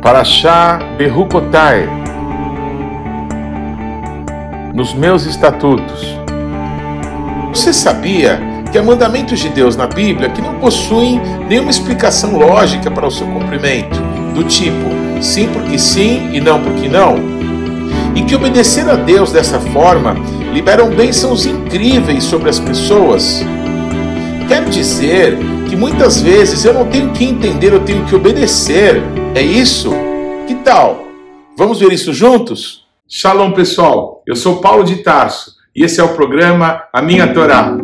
Parashá Behukotai, nos meus estatutos. Você sabia que há mandamentos de Deus na Bíblia que não possuem nenhuma explicação lógica para o seu cumprimento, do tipo, sim porque sim e não porque não? E que obedecer a Deus dessa forma liberam bênçãos incríveis sobre as pessoas? Quero dizer que muitas vezes eu não tenho que entender, eu tenho que obedecer. É isso? Que tal? Vamos ver isso juntos? Shalom, pessoal. Eu sou Paulo de Tarso e esse é o programa A Minha Torá.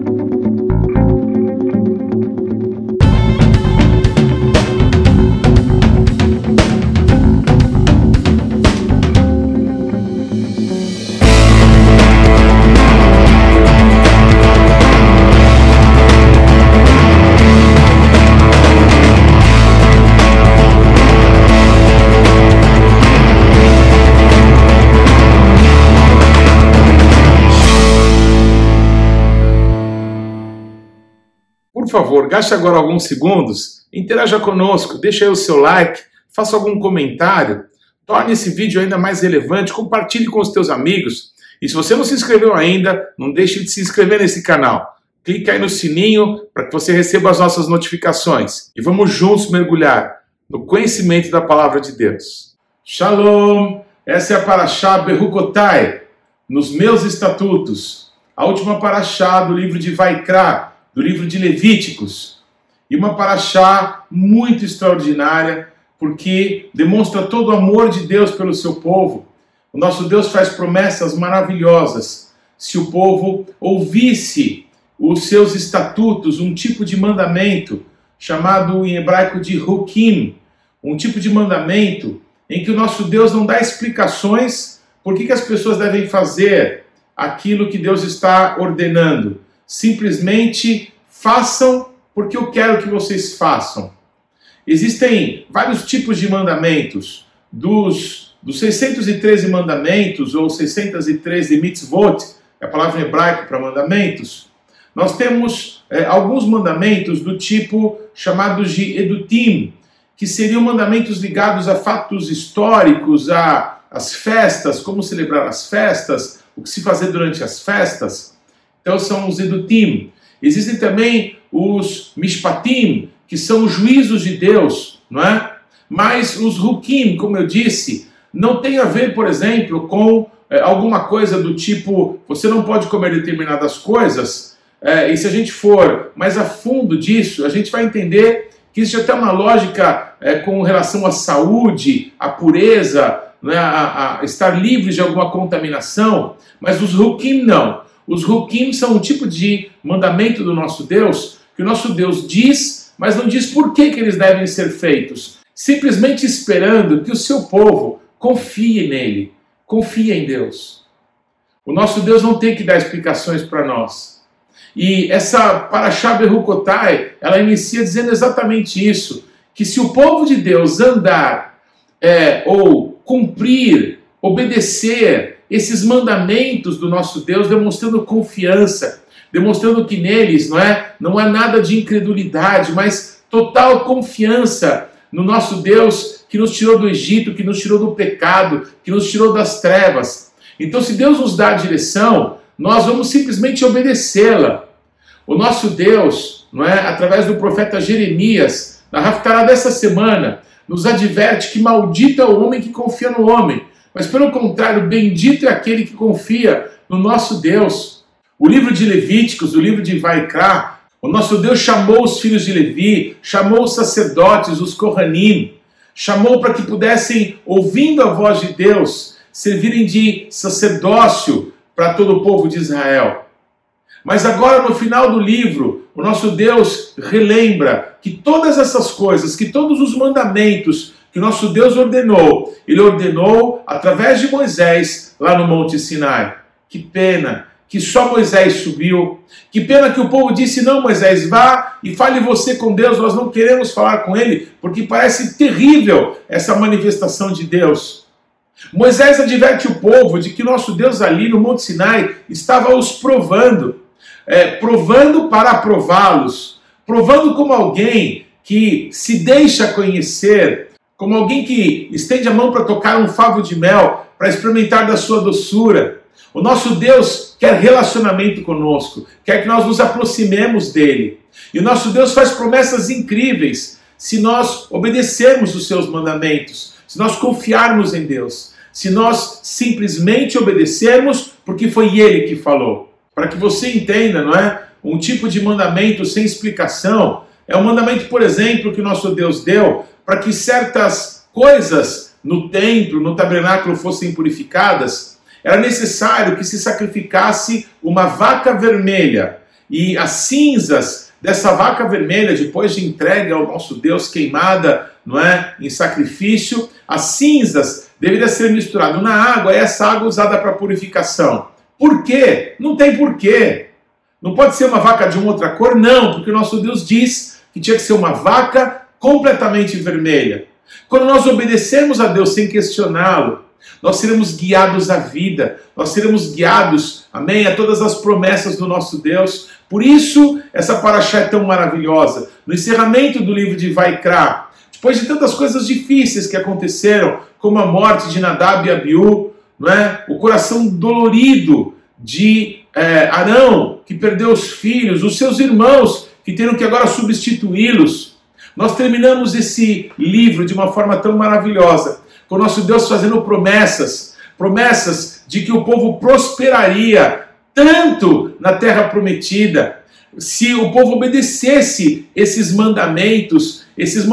Por favor, gaste agora alguns segundos, interaja conosco, deixe aí o seu like, faça algum comentário, torne esse vídeo ainda mais relevante, compartilhe com os teus amigos. E se você não se inscreveu ainda, não deixe de se inscrever nesse canal. Clique aí no sininho para que você receba as nossas notificações. E vamos juntos mergulhar no conhecimento da Palavra de Deus. Shalom! Essa é a Parashá Behukotai, nos meus estatutos. A última Parashá do livro de Vaikra, do livro de Levíticos, e uma parashá muito extraordinária, porque demonstra todo o amor de Deus pelo seu povo. O nosso Deus faz promessas maravilhosas. Se o povo ouvisse os seus estatutos, um tipo de mandamento, chamado em hebraico de Hukim, um tipo de mandamento em que o nosso Deus não dá explicações por que as pessoas devem fazer aquilo que Deus está ordenando. Simplesmente façam porque eu quero que vocês façam. Existem vários tipos de mandamentos. Dos 613 mandamentos, ou 613 mitzvot, é a palavra em hebraico para mandamentos, nós temos alguns mandamentos do tipo chamados de edutim, que seriam mandamentos ligados a fatos históricos, às festas, como celebrar as festas, o que se fazer durante as festas. Então são os edutim. Existem também os mishpatim, que são os juízos de Deus, não é? Mas os hukim, como eu disse, não tem a ver, por exemplo, com alguma coisa do tipo, você não pode comer determinadas coisas, e se a gente for mais a fundo disso, a gente vai entender que existe até uma lógica com relação à saúde, à pureza, né, a estar livre de alguma contaminação, mas os hukim não. Os hukim são um tipo de mandamento do nosso Deus, que o nosso Deus diz, mas não diz por que eles devem ser feitos. Simplesmente esperando que o seu povo confie nele, confie em Deus. O nosso Deus não tem que dar explicações para nós. E essa Parashá Behukotai, ela inicia dizendo exatamente isso, que se o povo de Deus andar, ou cumprir, obedecer esses mandamentos do nosso Deus, demonstrando confiança, demonstrando que neles não é nada de incredulidade, mas total confiança no nosso Deus que nos tirou do Egito, que nos tirou do pecado, que nos tirou das trevas. Então, se Deus nos dá a direção, nós vamos simplesmente obedecê-la. O nosso Deus, através do profeta Jeremias, na Haftará dessa semana, nos adverte que maldito é o homem que confia no homem. Mas pelo contrário, bendito é aquele que confia no nosso Deus. O livro de Levíticos, o livro de Vaikra, o nosso Deus chamou os filhos de Levi, chamou os sacerdotes, os Kohanim, chamou para que pudessem, ouvindo a voz de Deus, servirem de sacerdócio para todo o povo de Israel. Mas agora, no final do livro, o nosso Deus relembra que todas essas coisas, que todos os mandamentos que o nosso Deus ordenou, Ele ordenou através de Moisés lá no Monte Sinai. Que pena que só Moisés subiu. Que pena que o povo disse, não, Moisés, vá e fale você com Deus, nós não queremos falar com Ele, porque parece terrível essa manifestação de Deus. Moisés adverte o povo de que nosso Deus ali no Monte Sinai estava os provando, provando para aprová-los, provando como alguém que se deixa conhecer, como alguém que estende a mão para tocar um favo de mel, para experimentar da sua doçura. O nosso Deus quer relacionamento conosco, quer que nós nos aproximemos dele. E o nosso Deus faz promessas incríveis se nós obedecermos os seus mandamentos, se nós confiarmos em Deus, se nós simplesmente obedecermos porque foi ele que falou. Para que você entenda, não é? Um tipo de mandamento sem explicação é um mandamento, por exemplo, que o nosso Deus deu para que certas coisas no templo, no tabernáculo fossem purificadas. Era necessário que se sacrificasse uma vaca vermelha e as cinzas dessa vaca vermelha, depois de entregue ao nosso Deus queimada, não é, em sacrifício, as cinzas deveriam ser misturadas na água e essa água usada para purificação. Por quê? Não tem porquê. Não pode ser uma vaca de uma outra cor? Não, porque o nosso Deus diz que tinha que ser uma vaca completamente vermelha. Quando nós obedecermos a Deus sem questioná-lo, nós seremos guiados à vida, nós seremos guiados, amém, a todas as promessas do nosso Deus. Por isso, essa paraxá é tão maravilhosa. No encerramento do livro de Vaikra, depois de tantas coisas difíceis que aconteceram, como a morte de Nadab e Abiú, não é? O coração dolorido de Arão, que perdeu os filhos, os seus irmãos, que terão que agora substituí-los. Nós terminamos esse livro de uma forma tão maravilhosa, com o nosso Deus fazendo promessas de que o povo prosperaria tanto na terra prometida, se o povo obedecesse esses mandamentos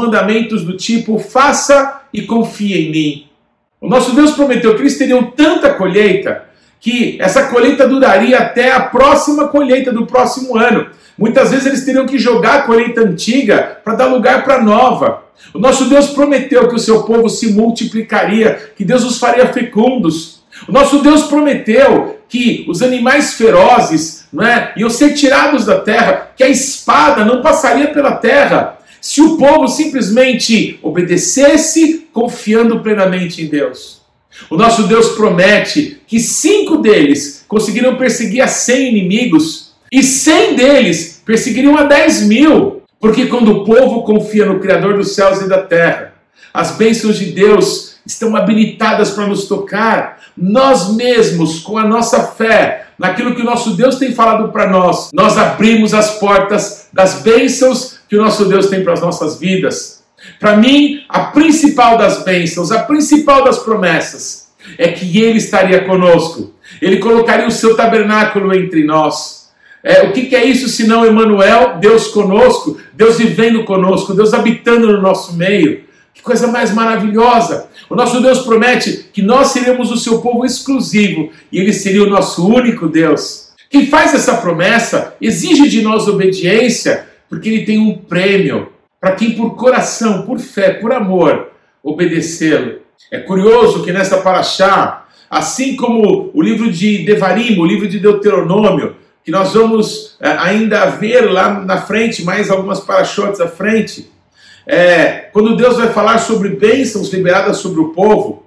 do tipo, faça e confie em mim. O nosso Deus prometeu que eles teriam tanta colheita, que essa colheita duraria até a próxima colheita do próximo ano. Muitas vezes eles teriam que jogar a colheita antiga para dar lugar para a nova. O nosso Deus prometeu que o seu povo se multiplicaria, que Deus os faria fecundos. O nosso Deus prometeu que os animais ferozes, não é, iam ser tirados da terra, que a espada não passaria pela terra, se o povo simplesmente obedecesse, confiando plenamente em Deus. O nosso Deus promete que 5 deles conseguiriam perseguir a 100 inimigos, e 100 deles perseguiriam a 10.000, porque quando o povo confia no Criador dos céus e da terra, as bênçãos de Deus estão habilitadas para nos tocar. Nós mesmos, com a nossa fé, naquilo que o nosso Deus tem falado para nós, nós abrimos as portas das bênçãos que o nosso Deus tem para as nossas vidas. Para mim, a principal das bênçãos, a principal das promessas, é que Ele estaria conosco. Ele colocaria o seu tabernáculo entre nós. O que é isso senão Emanuel, Deus conosco, Deus vivendo conosco, Deus habitando no nosso meio? Que coisa mais maravilhosa! O nosso Deus promete que nós seremos o seu povo exclusivo e Ele seria o nosso único Deus. Quem faz essa promessa exige de nós obediência, porque Ele tem um prêmio para quem por coração, por fé, por amor, obedecê-lo. É curioso que nesta paraxá, assim como o livro de Devarim, o livro de Deuteronômio, que nós vamos ainda ver lá na frente, mais algumas paraxotes à frente, quando Deus vai falar sobre bênçãos liberadas sobre o povo,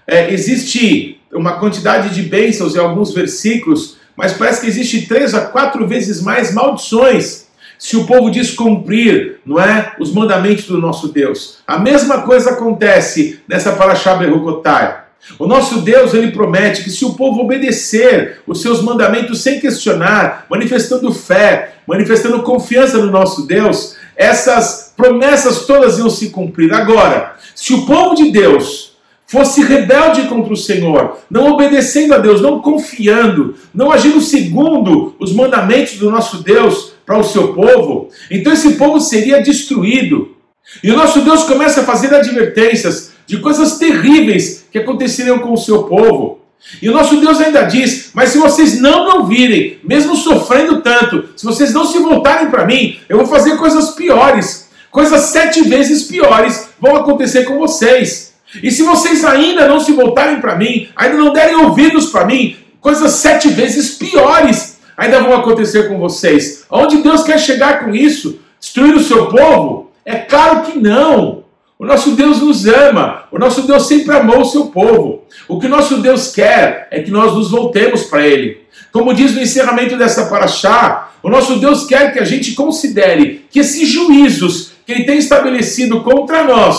existe uma quantidade de bênçãos em alguns versículos, mas parece que existe 3 a 4 vezes mais maldições se o povo descumprir, não é, os mandamentos do nosso Deus. A mesma coisa acontece nessa paraxá Berucotai. O nosso Deus, Ele promete que se o povo obedecer os seus mandamentos sem questionar, manifestando fé, manifestando confiança no nosso Deus, essas promessas todas iam se cumprir. Agora, se o povo de Deus fosse rebelde contra o Senhor, não obedecendo a Deus, não confiando, não agindo segundo os mandamentos do nosso Deus para o seu povo, então esse povo seria destruído. E o nosso Deus começa a fazer advertências de coisas terríveis que aconteceriam com o seu povo. E o nosso Deus ainda diz, mas se vocês não me ouvirem, mesmo sofrendo tanto, se vocês não se voltarem para mim, eu vou fazer coisas piores. Coisas 7 vezes piores vão acontecer com vocês. E se vocês ainda não se voltarem para mim, ainda não derem ouvidos para mim, coisas 7 vezes piores ainda vão acontecer com vocês. Aonde Deus quer chegar com isso? Destruir o seu povo? É claro que não. O nosso Deus nos ama. O nosso Deus sempre amou o seu povo. O que o nosso Deus quer é que nós nos voltemos para Ele. Como diz no encerramento dessa paraxá, o nosso Deus quer que a gente considere que esses juízos que Ele tem estabelecido contra nós,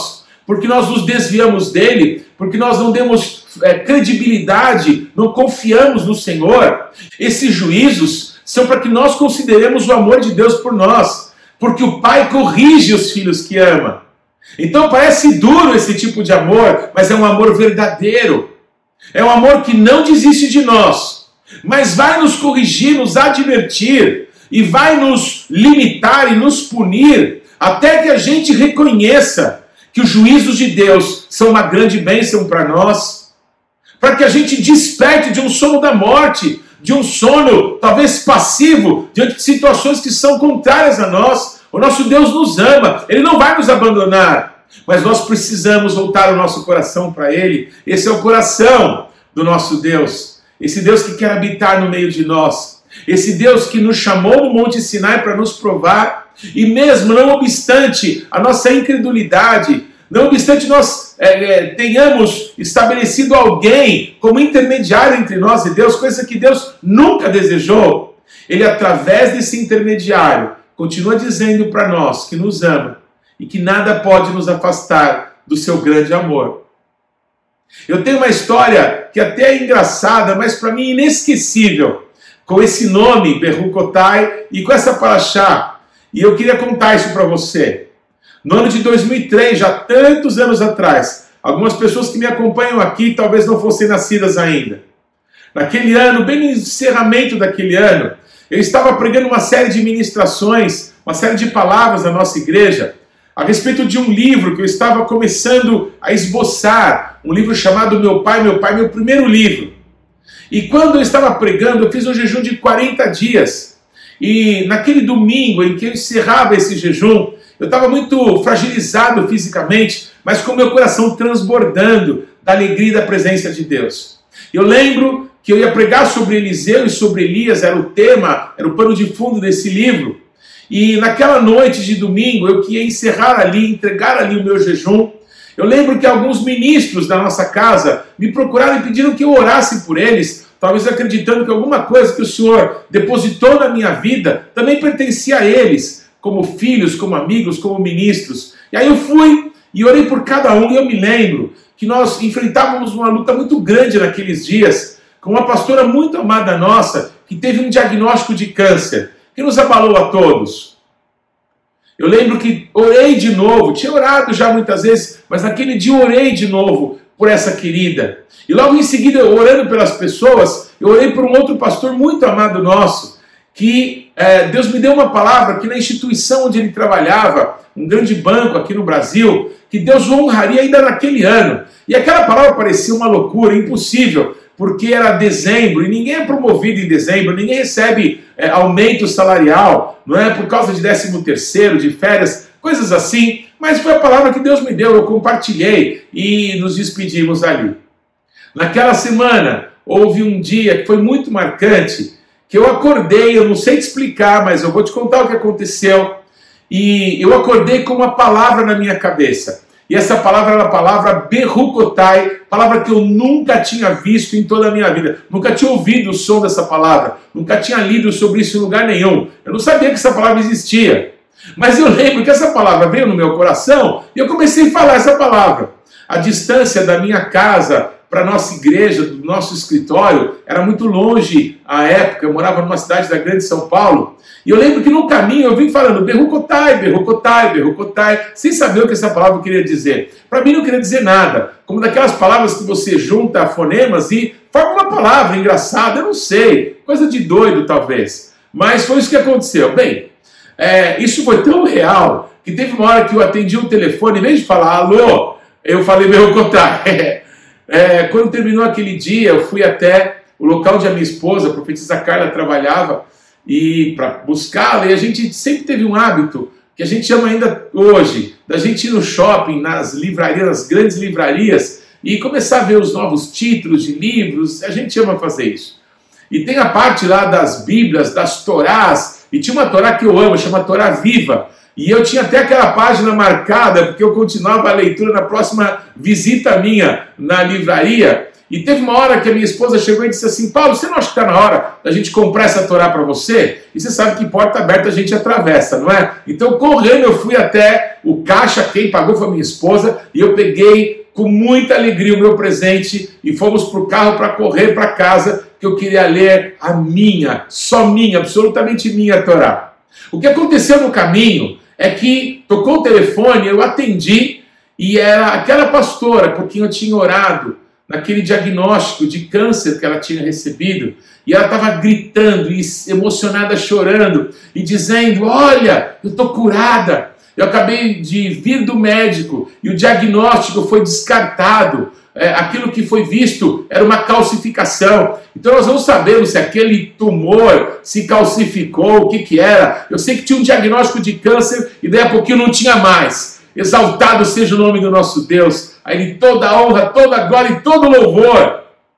porque nós nos desviamos dele, porque nós não demos credibilidade, não confiamos no Senhor. Esses juízos são para que nós consideremos o amor de Deus por nós, porque o Pai corrige os filhos que ama. Então parece duro esse tipo de amor, mas é um amor verdadeiro. É um amor que não desiste de nós, mas vai nos corrigir, nos advertir, e vai nos limitar e nos punir, até que a gente reconheça que os juízos de Deus são uma grande bênção para nós, para que a gente desperte de um sono da morte, de um sono talvez passivo, diante de situações que são contrárias a nós. O nosso Deus nos ama, Ele não vai nos abandonar, mas nós precisamos voltar o nosso coração para Ele. Esse é o coração do nosso Deus, esse Deus que quer habitar no meio de nós, esse Deus que nos chamou no Monte Sinai para nos provar, e mesmo não obstante a nossa incredulidade, não obstante nós tenhamos estabelecido alguém como intermediário entre nós e Deus, coisa que Deus nunca desejou, Ele, através desse intermediário, continua dizendo para nós que nos ama e que nada pode nos afastar do seu grande amor. Eu tenho uma história que até é engraçada, mas para mim inesquecível, com esse nome, Berucotai, e com essa paraxá. E eu queria contar isso para você. No ano de 2003, já tantos anos atrás, algumas pessoas que me acompanham aqui talvez não fossem nascidas ainda. Naquele ano, bem no encerramento daquele ano, eu estava pregando uma série de ministrações, uma série de palavras na nossa igreja, a respeito de um livro que eu estava começando a esboçar, um livro chamado Meu Pai, meu primeiro livro. E quando eu estava pregando, eu fiz um jejum de 40 dias. E naquele domingo em que eu encerrava esse jejum, eu estava muito fragilizado fisicamente, mas com meu coração transbordando da alegria e da presença de Deus. Eu lembro que eu ia pregar sobre Eliseu e sobre Elias, era o tema, era o pano de fundo desse livro. E naquela noite de domingo, eu queria encerrar ali, entregar ali o meu jejum. Eu lembro que alguns ministros da nossa casa me procuraram e pediram que eu orasse por eles, talvez acreditando que alguma coisa que o Senhor depositou na minha vida também pertencia a eles, como filhos, como amigos, como ministros. E aí eu fui e orei por cada um, e eu me lembro que nós enfrentávamos uma luta muito grande naqueles dias, com uma pastora muito amada nossa, que teve um diagnóstico de câncer, que nos abalou a todos. Eu lembro que orei de novo, tinha orado já muitas vezes, mas naquele dia orei de novo por essa querida. E logo em seguida, orando pelas pessoas, eu orei por um outro pastor muito amado nosso, que Deus me deu uma palavra que na instituição onde ele trabalhava, um grande banco aqui no Brasil, que Deus o honraria ainda naquele ano. E aquela palavra parecia uma loucura, impossível, porque era dezembro, e ninguém é promovido em dezembro, ninguém recebe aumento salarial, não é por causa de 13º, de férias, coisas assim, mas foi a palavra que Deus me deu, eu compartilhei e nos despedimos ali. Naquela semana, houve um dia que foi muito marcante, que eu acordei, eu não sei te explicar, mas eu vou te contar o que aconteceu, e eu acordei com uma palavra na minha cabeça. E essa palavra era a palavra Berucotai, palavra que eu nunca tinha visto em toda a minha vida. Nunca tinha ouvido o som dessa palavra. Nunca tinha lido sobre isso em lugar nenhum. Eu não sabia que essa palavra existia. Mas eu lembro que essa palavra veio no meu coração e eu comecei a falar essa palavra. A distância da minha casa para a nossa igreja, do nosso escritório, era muito longe à época. Eu morava numa cidade da grande São Paulo. E eu lembro que no caminho eu vim falando Berucotai, Berucotai, Berucotai, sem saber o que essa palavra queria dizer. Para mim não queria dizer nada. Como daquelas palavras que você junta fonemas e forma uma palavra engraçada, eu não sei. Coisa de doido talvez. Mas foi isso que aconteceu. Bem, isso foi tão real que teve uma hora que eu atendi o telefone, em vez de falar alô, eu falei Berucotai. Quando terminou aquele dia, eu fui até o local onde a minha esposa, a profetisa Carla, trabalhava, e para buscá-la, e a gente sempre teve um hábito, que a gente chama ainda hoje, da gente ir no shopping, nas livrarias, nas grandes livrarias, e começar a ver os novos títulos de livros, a gente ama fazer isso. E tem a parte lá das Bíblias, das Torás, e tinha uma Torá que eu amo, chama Torá Viva, e eu tinha até aquela página marcada, porque eu continuava a leitura na próxima visita minha na livraria, E teve uma hora que a minha esposa chegou e disse assim: Paulo, você não acha que está na hora da gente comprar essa Torá para você? E você sabe que porta aberta a gente atravessa, não é? Então, correndo, eu fui até o caixa, quem pagou foi a minha esposa, e eu peguei com muita alegria o meu presente e fomos para o carro para correr para casa, que eu queria ler a minha, só minha, absolutamente minha Torá. O que aconteceu no caminho é que tocou o telefone, eu atendi, e era aquela pastora por quem eu tinha orado naquele diagnóstico de câncer que ela tinha recebido, e ela estava gritando e emocionada, chorando e dizendo: olha, eu estou curada, eu acabei de vir do médico e o diagnóstico foi descartado, aquilo que foi visto era uma calcificação. Então nós não sabemos se aquele tumor se calcificou, o que era. Eu sei que tinha um diagnóstico de câncer e daí a pouquinho não tinha mais. Exaltado seja o nome do nosso Deus. A Ele toda a honra, toda a glória e todo o louvor.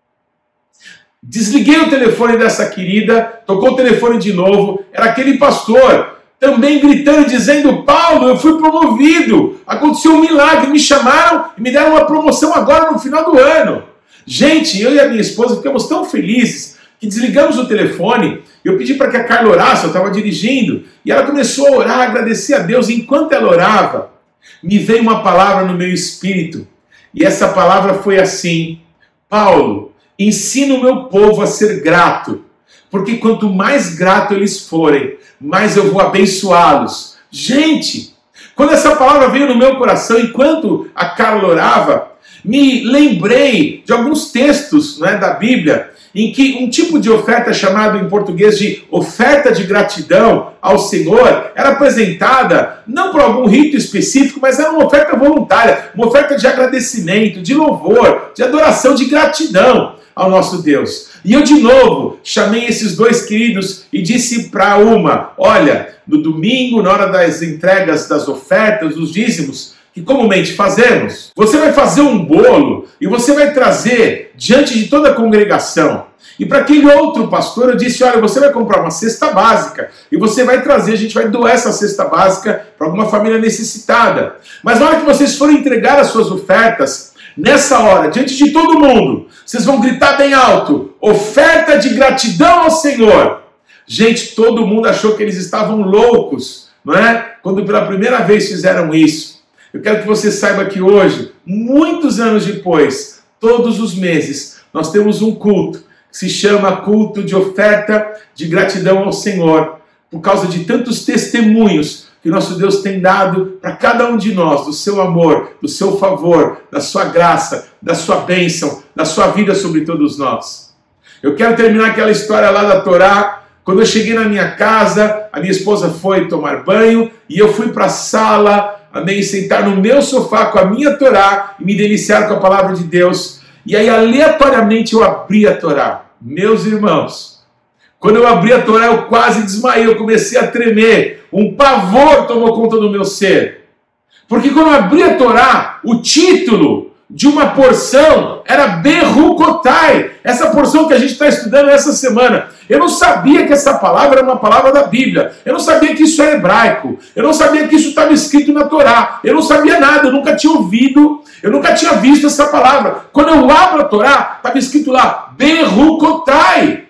Desliguei o telefone dessa querida, tocou o telefone de novo, era aquele pastor, também gritando, dizendo: Paulo, eu fui promovido, aconteceu um milagre, me chamaram e me deram uma promoção agora no final do ano. Gente, eu e a minha esposa ficamos tão felizes que desligamos o telefone. Eu pedi para que a Carla orasse, eu estava dirigindo, e ela começou a orar, a agradecer a Deus. Enquanto ela orava, me veio uma palavra no meu espírito, e essa palavra foi assim: Paulo, ensina o meu povo a ser grato, porque quanto mais grato eles forem, mais eu vou abençoá-los. Gente, quando essa palavra veio no meu coração, enquanto a Carla orava, me lembrei de alguns textos, não é, da Bíblia, em que um tipo de oferta chamado em português de oferta de gratidão ao Senhor era apresentada não por algum rito específico, mas era uma oferta voluntária, uma oferta de agradecimento, de louvor, de adoração, de gratidão ao nosso Deus. E eu de novo chamei esses dois queridos e disse para uma: olha, no domingo, na hora das entregas das ofertas, dos dízimos, que comumente fazemos, você vai fazer um bolo e você vai trazer diante de toda a congregação. E para aquele outro pastor eu disse: olha, você vai comprar uma cesta básica e você vai trazer, a gente vai doar essa cesta básica para alguma família necessitada. Mas na hora que vocês forem entregar as suas ofertas, nessa hora, diante de todo mundo, vocês vão gritar bem alto: oferta de gratidão ao Senhor. Gente, todo mundo achou que eles estavam loucos, não é? Quando pela primeira vez fizeram isso. Eu quero que você saiba que hoje, muitos anos depois, todos os meses, nós temos um culto que se chama culto de oferta de gratidão ao Senhor, por causa de tantos testemunhos que nosso Deus tem dado para cada um de nós, do seu amor, do seu favor, da sua graça, da sua bênção, da sua vida sobre todos nós. Eu quero terminar aquela história lá da Torá. Quando eu cheguei na minha casa, a minha esposa foi tomar banho e eu fui para a sala, amém, sentar no meu sofá com a minha Torá e me deliciar com a palavra de Deus. E aí, aleatoriamente, eu abri a Torá. Meus irmãos, quando eu abri a Torá, eu quase desmaiei, eu comecei a tremer. Um pavor tomou conta do meu ser. Porque quando eu abri a Torá, o título de uma porção era Berucotai, essa porção que a gente está estudando essa semana. Eu não sabia que essa palavra era uma palavra da Bíblia, eu não sabia que isso é hebraico, eu não sabia que isso estava escrito na Torá, eu não sabia nada, eu nunca tinha ouvido, eu nunca tinha visto essa palavra. Quando eu abro a Torá, estava escrito lá, Berucotai.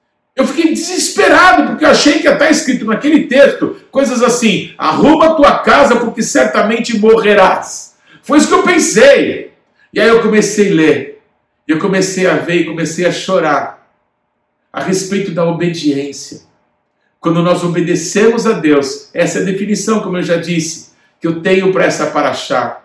Eu fiquei desesperado, porque eu achei que ia estar escrito naquele texto coisas assim: arruma a tua casa, porque certamente morrerás. Foi isso que eu pensei. E aí eu comecei a ler, eu comecei a ver e comecei a chorar a respeito da obediência. Quando nós obedecemos a Deus, essa é a definição, como eu já disse, que eu tenho para essa paraxá.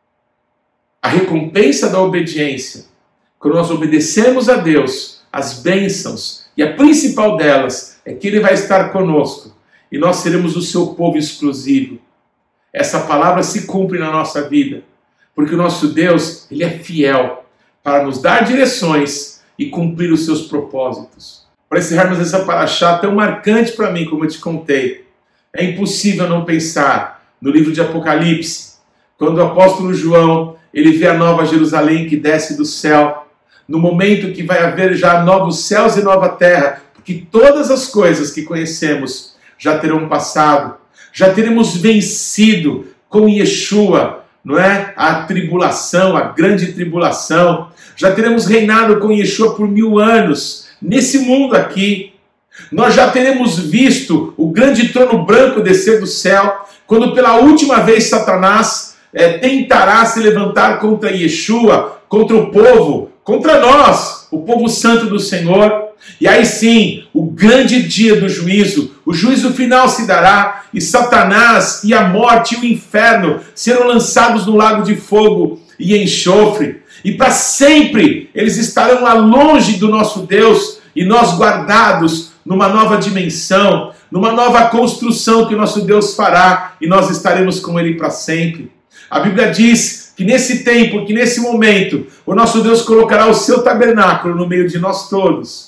A recompensa da obediência, quando nós obedecemos a Deus, as bênçãos, e a principal delas é que Ele vai estar conosco e nós seremos o seu povo exclusivo. Essa palavra se cumpre na nossa vida, porque o nosso Deus, Ele é fiel para nos dar direções e cumprir os seus propósitos. Para encerrarmos essa paraxá tão marcante para mim, como eu te contei, é impossível não pensar no livro de Apocalipse, quando o apóstolo João, ele vê a nova Jerusalém que desce do céu, no momento que vai haver já novos céus e nova terra, porque todas as coisas que conhecemos já terão passado, já teremos vencido com Yeshua, não é? A tribulação, a grande tribulação. Já teremos reinado com Yeshua por 1000 anos nesse mundo aqui. Nós já teremos visto o grande trono branco descer do céu, quando pela última vez Satanás tentará se levantar contra Yeshua, contra o povo, contra nós, o povo santo do Senhor. E aí sim, o grande dia do juízo, o juízo final se dará, e Satanás e a morte e o inferno serão lançados no lago de fogo e enxofre. E para sempre eles estarão lá longe do nosso Deus, e nós guardados numa nova dimensão, numa nova construção que o nosso Deus fará, e nós estaremos com Ele para sempre. A Bíblia diz que nesse tempo, que nesse momento, o nosso Deus colocará o seu tabernáculo no meio de nós todos.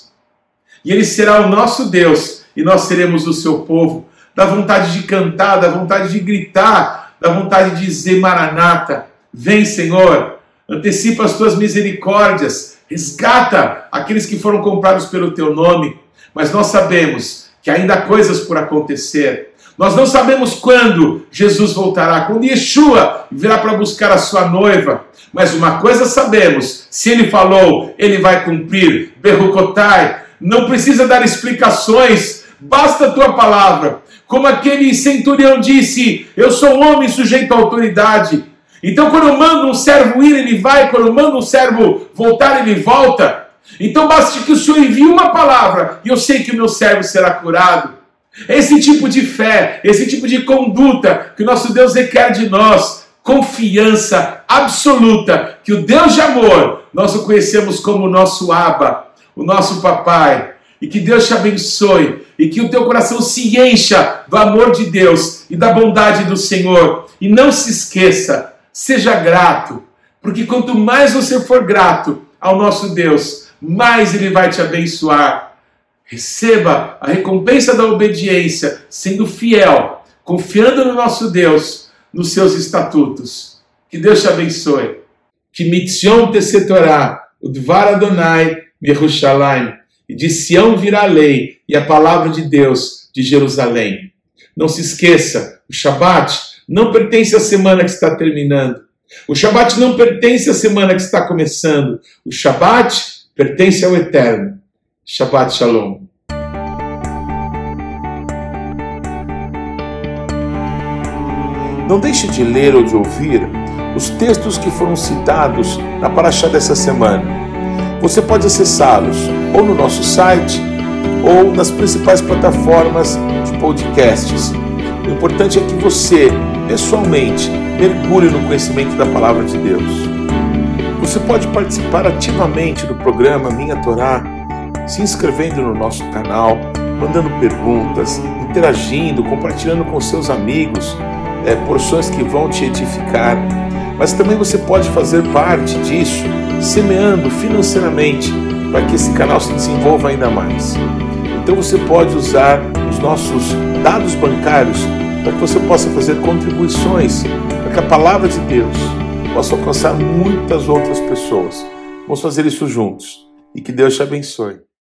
E Ele será o nosso Deus, e nós seremos o seu povo. Dá vontade de cantar, dá vontade de gritar, dá vontade de dizer: Maranata, vem Senhor, antecipa as tuas misericórdias, resgata aqueles que foram comprados pelo teu nome. Mas nós sabemos que ainda há coisas por acontecer. Nós não sabemos quando Jesus voltará, quando Yeshua virá para buscar a sua noiva. Mas uma coisa sabemos: se Ele falou, Ele vai cumprir. Berucotai, não precisa dar explicações, basta a tua palavra. Como aquele centurião disse: eu sou um homem sujeito à autoridade. Então quando eu mando um servo ir, ele vai. Quando eu mando um servo voltar, ele volta. Então basta que o Senhor envie uma palavra e eu sei que o meu servo será curado. Esse tipo de fé, esse tipo de conduta que o nosso Deus requer de nós. Confiança absoluta que o Deus de amor, nós o conhecemos como o nosso Abba, o nosso papai. E que Deus te abençoe, e que o teu coração se encha do amor de Deus e da bondade do Senhor. E não se esqueça, seja grato, porque quanto mais você for grato ao nosso Deus, mais Ele vai te abençoar. Receba a recompensa da obediência, sendo fiel, confiando no nosso Deus, nos seus estatutos. Que Deus te abençoe. Que mitzion tesetorá, udvar Adonai, Yerushalayim. E de Sião virá a lei e a palavra de Deus de Jerusalém. Não se esqueça, o Shabat não pertence à semana que está terminando. O Shabat não pertence à semana que está começando. O Shabat pertence ao Eterno. Shabbat Shalom. Não deixe de ler ou de ouvir os textos que foram citados na Parashá dessa semana. Você pode acessá-los ou no nosso site ou nas principais plataformas de podcasts. O importante é que você, pessoalmente, mergulhe no conhecimento da Palavra de Deus. Você pode participar ativamente do programa Minha Torá, se inscrevendo no nosso canal, mandando perguntas, interagindo, compartilhando com seus amigos, porções que vão te edificar. Mas também você pode fazer parte disso, semeando financeiramente, para que esse canal se desenvolva ainda mais. Então você pode usar os nossos dados bancários para que você possa fazer contribuições, para que a palavra de Deus possa alcançar muitas outras pessoas. Vamos fazer isso juntos. E que Deus te abençoe.